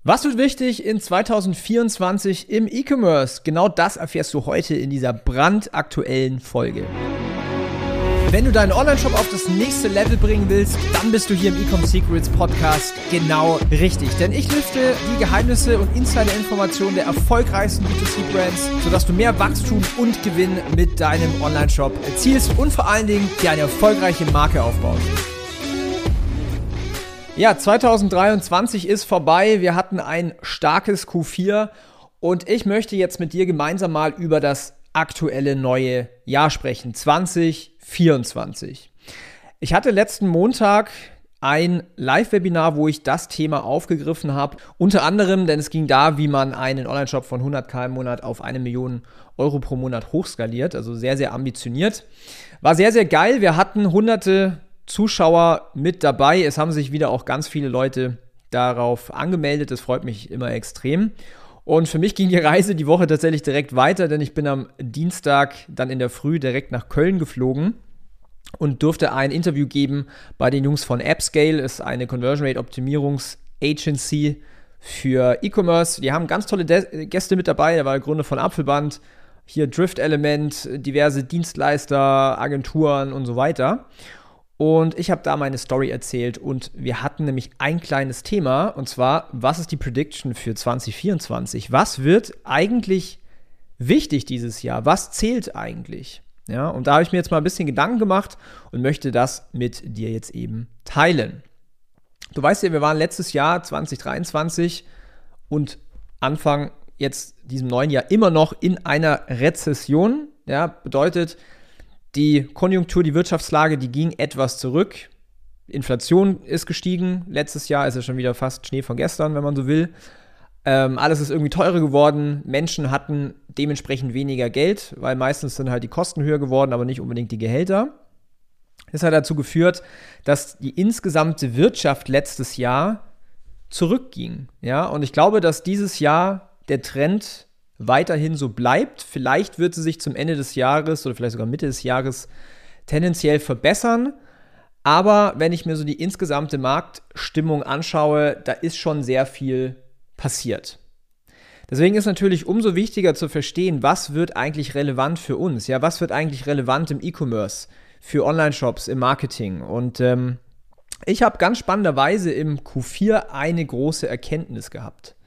Was wird wichtig in 2024 im E-Commerce? Genau das erfährst du heute in dieser brandaktuellen Folge. Wenn du deinen Online-Shop auf das nächste Level bringen willst, dann bist du hier im E-Com Secrets Podcast genau richtig. Denn ich lüfte die Geheimnisse und Insider-Informationen der erfolgreichsten B2C-Brands, sodass du mehr Wachstum und Gewinn mit deinem Online-Shop erzielst und vor allen Dingen dir eine erfolgreiche Marke aufbaust. Ja, 2023 ist vorbei. Wir hatten ein starkes Q4 und ich möchte jetzt mit dir gemeinsam mal über das aktuelle neue Jahr sprechen, 2024. Ich hatte letzten Montag ein Live-Webinar, wo ich das Thema aufgegriffen habe. Unter anderem, denn es ging da, wie man einen Online-Shop von 100.000 im Monat auf 1 Million Euro pro Monat hochskaliert. Also sehr, sehr ambitioniert. War sehr, sehr geil. Wir hatten hunderte Zuschauer mit dabei. Es haben sich wieder auch ganz viele Leute darauf angemeldet. Das freut mich immer extrem. Und für mich ging die Reise die Woche tatsächlich direkt weiter, denn ich bin am Dienstag dann in der Früh direkt nach Köln geflogen und durfte ein Interview geben bei den Jungs von AppScale. Das ist eine Conversion Rate Optimierungs-Agency für E-Commerce. Die haben ganz tolle Gäste mit dabei. Da war der Gründer von Apfelband, hier Drift Element, diverse Dienstleister, Agenturen und so weiter. Und ich habe da meine Story erzählt und wir hatten nämlich ein kleines Thema, und zwar, was ist die Prediction für 2024? Was wird eigentlich wichtig dieses Jahr? Was zählt eigentlich? Ja, und da habe ich mir jetzt mal ein bisschen Gedanken gemacht und möchte das mit dir jetzt eben teilen. Du weißt ja, wir waren letztes Jahr 2023 und Anfang jetzt diesem neuen Jahr immer noch in einer Rezession. Ja, bedeutet, die Konjunktur, die Wirtschaftslage, die ging etwas zurück. Inflation ist gestiegen. Letztes Jahr ist ja schon wieder fast Schnee von gestern, wenn man so will. Alles ist irgendwie teurer geworden. Menschen hatten dementsprechend weniger Geld, weil meistens sind halt die Kosten höher geworden, aber nicht unbedingt die Gehälter. Das hat dazu geführt, dass die insgesamte Wirtschaft letztes Jahr zurückging. Ja? Und ich glaube, dass dieses Jahr der Trend weiterhin so bleibt. Vielleicht wird sie sich zum Ende des Jahres oder vielleicht sogar Mitte des Jahres tendenziell verbessern. Aber wenn ich mir so die insgesamte Marktstimmung anschaue, da ist schon sehr viel passiert. Deswegen ist natürlich umso wichtiger zu verstehen, was wird eigentlich relevant für uns? Ja, was wird eigentlich relevant im E-Commerce, für Online-Shops, im Marketing? Und ich habe ganz spannenderweise im Q4 eine große Erkenntnis gehabt.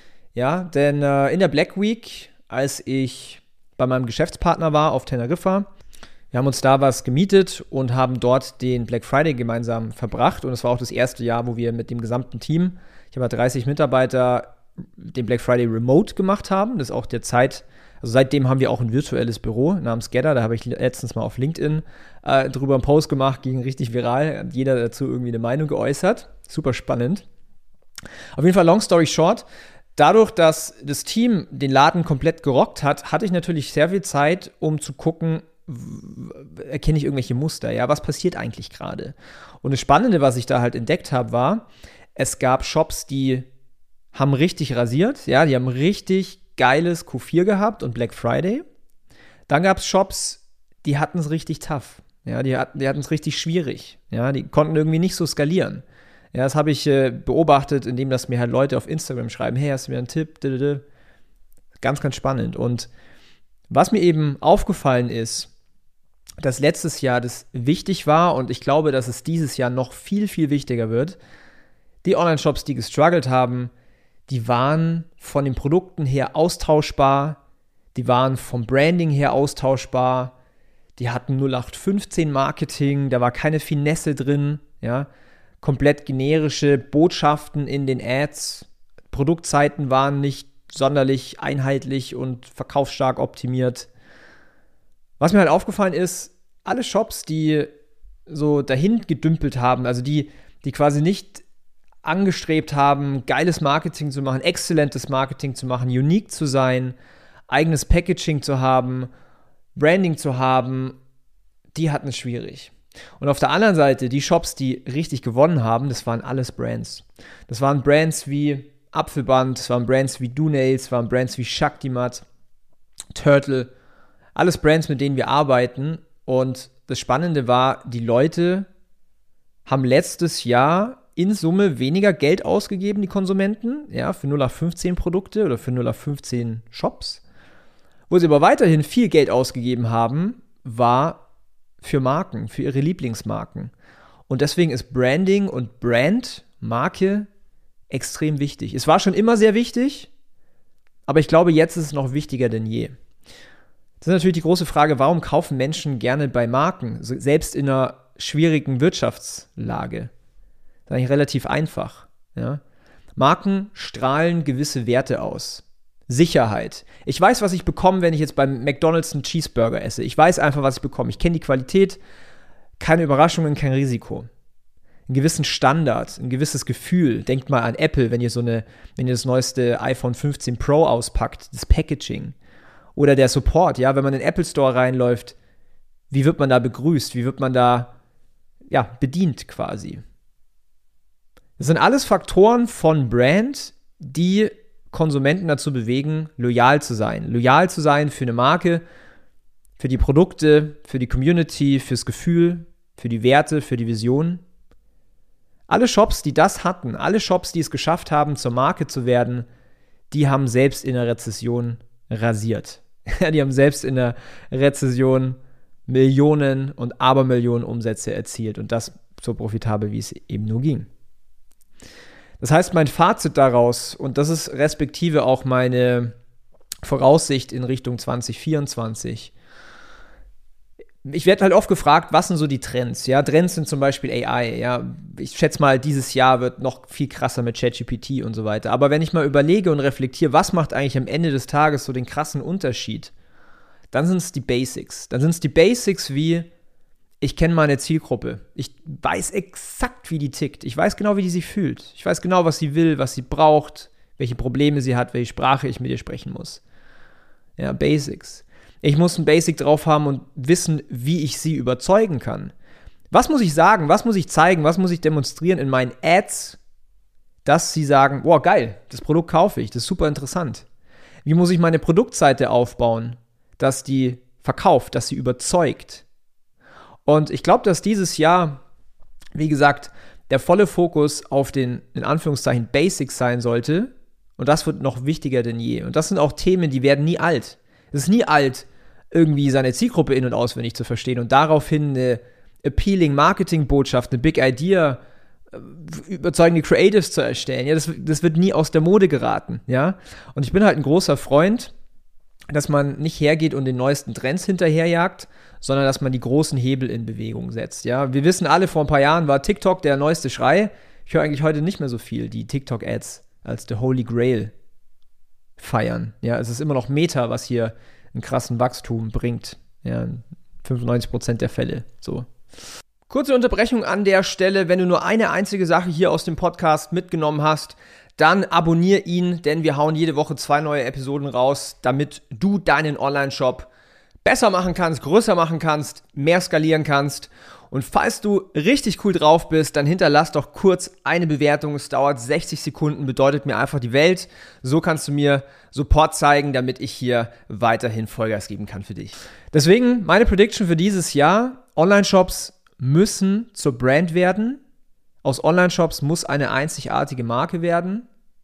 Ja, denn in der Black Week, als ich bei meinem Geschäftspartner war auf Teneriffa, wir haben uns da was gemietet und haben dort den Black Friday gemeinsam verbracht. Und es war auch das erste Jahr, wo wir mit dem gesamten Team, ich habe 30 Mitarbeiter, den Black Friday remote gemacht haben. Das ist auch der Zeit, also seitdem haben wir auch ein virtuelles Büro namens Gather. Da habe ich letztens mal auf LinkedIn drüber einen Post gemacht, ging richtig viral. Hat jeder dazu irgendwie eine Meinung geäußert. Super spannend. Auf jeden Fall, long story short, dadurch, dass das Team den Laden komplett gerockt hat, hatte ich natürlich sehr viel Zeit, um zu gucken, erkenne ich irgendwelche Muster, ja, was passiert eigentlich gerade? Und das Spannende, was ich da halt entdeckt habe, war, es gab Shops, die haben richtig rasiert, ja, die haben richtig geiles Q4 gehabt und Black Friday. Dann gab es Shops, die hatten es richtig tough, ja, die hatten es richtig schwierig, ja, die konnten irgendwie nicht so skalieren. Ja, das habe ich beobachtet, indem das mir halt Leute auf Instagram schreiben, hey, hast du mir einen Tipp? Ganz, ganz spannend. Und was mir eben aufgefallen ist, dass letztes Jahr das wichtig war und ich glaube, dass es dieses Jahr noch viel, viel wichtiger wird. Die Online-Shops, die gestruggelt haben, die waren von den Produkten her austauschbar, die waren vom Branding her austauschbar, die hatten 0815 Marketing, da war keine Finesse drin, ja, komplett generische Botschaften in den Ads, Produktseiten waren nicht sonderlich einheitlich und verkaufsstark optimiert. Was mir halt aufgefallen ist, alle Shops, die so dahin gedümpelt haben, also die quasi nicht angestrebt haben, geiles Marketing zu machen, exzellentes Marketing zu machen, unique zu sein, eigenes Packaging zu haben, Branding zu haben, die hatten es schwierig. Und auf der anderen Seite, die Shops, die richtig gewonnen haben, das waren alles Brands. Das waren Brands wie Apfelband, das waren Brands wie Donails, das waren Brands wie Shaktimat, Turtle, alles Brands, mit denen wir arbeiten. Und das Spannende war, die Leute haben letztes Jahr in Summe weniger Geld ausgegeben, die Konsumenten, ja, für 0815 Produkte oder für 0815 Shops. Wo sie aber weiterhin viel Geld ausgegeben haben, war für Marken, für ihre Lieblingsmarken. Und deswegen ist Branding und Brand, Marke, extrem wichtig. Es war schon immer sehr wichtig, aber ich glaube, jetzt ist es noch wichtiger denn je. Das ist natürlich die große Frage, warum kaufen Menschen gerne bei Marken, selbst in einer schwierigen Wirtschaftslage? Das ist eigentlich relativ einfach. Ja? Marken strahlen gewisse Werte aus. Sicherheit. Ich weiß, was ich bekomme, wenn ich jetzt beim McDonald's einen Cheeseburger esse. Ich weiß einfach, was ich bekomme. Ich kenne die Qualität, keine Überraschungen, kein Risiko. Einen gewissen Standard, ein gewisses Gefühl. Denkt mal an Apple, wenn ihr das neueste iPhone 15 Pro auspackt, das Packaging. Oder der Support, ja, wenn man in den Apple Store reinläuft, wie wird man da begrüßt? Wie wird man da, ja, bedient quasi? Das sind alles Faktoren von Brand, die Konsumenten dazu bewegen, loyal zu sein. Loyal zu sein für eine Marke, für die Produkte, für die Community, fürs Gefühl, für die Werte, für die Vision. Alle Shops, die das hatten, alle Shops, die es geschafft haben, zur Marke zu werden, die haben selbst in der Rezession rasiert. Die haben selbst in der Rezession Millionen und Abermillionen Umsätze erzielt und das so profitabel, wie es eben nur ging. Das heißt, mein Fazit daraus, und das ist respektive auch meine Voraussicht in Richtung 2024, ich werde halt oft gefragt, was sind so die Trends? Ja, Trends sind zum Beispiel AI. Ja, ich schätze mal, dieses Jahr wird noch viel krasser mit ChatGPT und so weiter. Aber wenn ich mal überlege und reflektiere, was macht eigentlich am Ende des Tages so den krassen Unterschied, dann sind es die Basics. Dann sind es die Basics wie, ich kenne meine Zielgruppe. Ich weiß exakt, wie die tickt. Ich weiß genau, wie die sich fühlt. Ich weiß genau, was sie will, was sie braucht, welche Probleme sie hat, welche Sprache ich mit ihr sprechen muss. Ja, Basics. Ich muss ein Basic drauf haben und wissen, wie ich sie überzeugen kann. Was muss ich sagen? Was muss ich zeigen? Was muss ich demonstrieren in meinen Ads, dass sie sagen, wow, geil, das Produkt kaufe ich, das ist super interessant. Wie muss ich meine Produktseite aufbauen, dass die verkauft, dass sie überzeugt? Und ich glaube, dass dieses Jahr, wie gesagt, der volle Fokus auf den, in Anführungszeichen, Basics sein sollte. Und das wird noch wichtiger denn je. Und das sind auch Themen, die werden nie alt. Es ist nie alt, irgendwie seine Zielgruppe in- und auswendig zu verstehen und daraufhin eine appealing Marketing-Botschaft, eine Big Idea, überzeugende Creatives zu erstellen. Ja, das wird nie aus der Mode geraten. Ja? Und ich bin halt ein großer Freund, dass man nicht hergeht und den neuesten Trends hinterherjagt, sondern dass man die großen Hebel in Bewegung setzt. Ja? Wir wissen alle, vor ein paar Jahren war TikTok der neueste Schrei. Ich höre eigentlich heute nicht mehr so viel die TikTok-Ads als the Holy Grail feiern. Ja, es ist immer noch Meta, was hier einen krassen Wachstum bringt. Ja, 95% der Fälle. So. Kurze Unterbrechung an der Stelle. Wenn du nur eine einzige Sache hier aus dem Podcast mitgenommen hast, dann abonniere ihn, denn wir hauen jede Woche 2 neue Episoden raus, damit du deinen Online-Shop besser machen kannst, größer machen kannst, mehr skalieren kannst. Und falls du richtig cool drauf bist, dann hinterlass doch kurz eine Bewertung. Es dauert 60 Sekunden, bedeutet mir einfach die Welt. So kannst du mir Support zeigen, damit ich hier weiterhin Vollgas geben kann für dich. Deswegen meine Prediction für dieses Jahr: Online-Shops müssen zur Brand werden. Aus Online-Shops muss eine einzigartige Marke werden.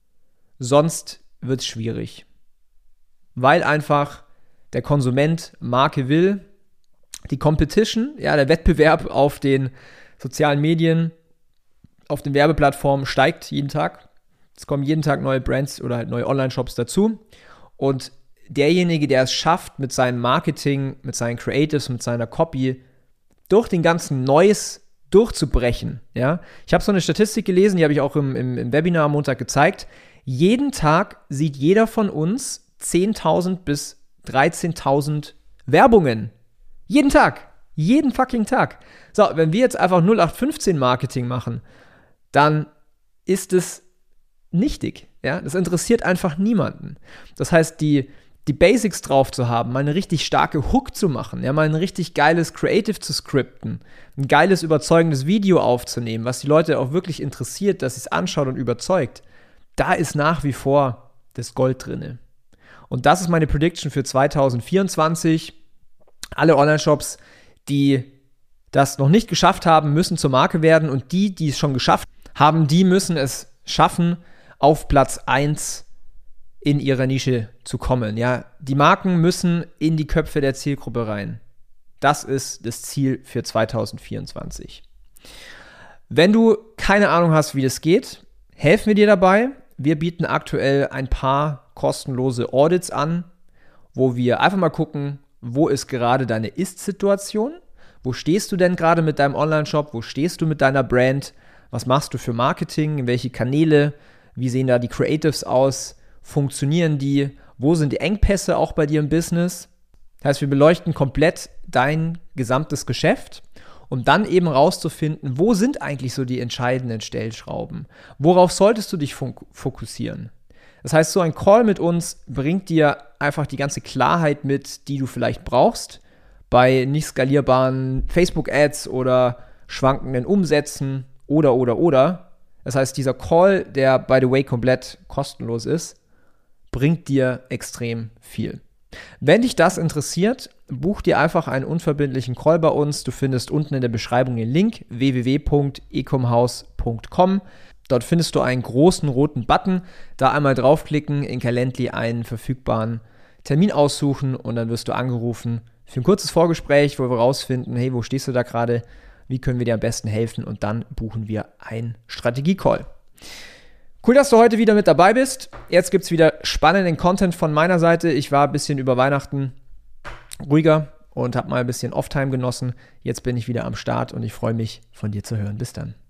Sonst wird es schwierig. Weil einfach der Konsument Marke will. Die Competition, ja, der Wettbewerb auf den sozialen Medien, auf den Werbeplattformen steigt jeden Tag. Es kommen jeden Tag neue Brands oder halt neue Online-Shops dazu. Und derjenige, der es schafft, mit seinem Marketing, mit seinen Creatives, mit seiner Copy durch den ganzen Noise durchzubrechen. Ja? Ich habe so eine Statistik gelesen, die habe ich auch im Webinar am Montag gezeigt. Jeden Tag sieht jeder von uns 10.000 bis 13.000 Werbungen. Jeden Tag. Jeden fucking Tag. So, wenn wir jetzt einfach 0815 Marketing machen, dann ist es nichtig. Ja? Das interessiert einfach niemanden. Das heißt, die Basics drauf zu haben, mal eine richtig starke Hook zu machen, ja, mal ein richtig geiles Creative zu skripten, ein geiles, überzeugendes Video aufzunehmen, was die Leute auch wirklich interessiert, dass sie es anschaut und überzeugt, da ist nach wie vor das Gold drinne. Und das ist meine Prediction für 2024. Alle Online-Shops, die das noch nicht geschafft haben, müssen zur Marke werden, und die es schon geschafft haben, die müssen es schaffen, auf Platz 1 in ihrer Nische zu kommen. Ja, die Marken müssen in die Köpfe der Zielgruppe rein. Das ist das Ziel für 2024. Wenn du keine Ahnung hast, wie das geht, helfen wir dir dabei. Wir bieten aktuell ein paar kostenlose Audits an, wo wir einfach mal gucken, wo ist gerade deine Ist-Situation? Wo stehst du denn gerade mit deinem Online-Shop? Wo stehst du mit deiner Brand? Was machst du für Marketing? In welche Kanäle? Wie sehen da die Creatives aus? Funktionieren die? Wo sind die Engpässe auch bei dir im Business? Das heißt, wir beleuchten komplett dein gesamtes Geschäft, um dann eben rauszufinden, wo sind eigentlich so die entscheidenden Stellschrauben? Worauf solltest du dich fokussieren? Das heißt, so ein Call mit uns bringt dir einfach die ganze Klarheit mit, die du vielleicht brauchst bei nicht skalierbaren Facebook-Ads oder schwankenden Umsätzen oder. Das heißt, dieser Call, der by the way komplett kostenlos ist, bringt dir extrem viel. Wenn dich das interessiert, buch dir einfach einen unverbindlichen Call bei uns. Du findest unten in der Beschreibung den Link www.ecomhouse.com. Dort findest du einen großen roten Button. Da einmal draufklicken, in Calendly einen verfügbaren Termin aussuchen und dann wirst du angerufen für ein kurzes Vorgespräch, wo wir rausfinden, hey, wo stehst du da gerade? Wie können wir dir am besten helfen? Und dann buchen wir einen Strategie-Call. Cool, dass du heute wieder mit dabei bist. Jetzt gibt es wieder spannenden Content von meiner Seite. Ich war ein bisschen über Weihnachten ruhiger und habe mal ein bisschen Off-Time genossen. Jetzt bin ich wieder am Start und ich freue mich, von dir zu hören. Bis dann.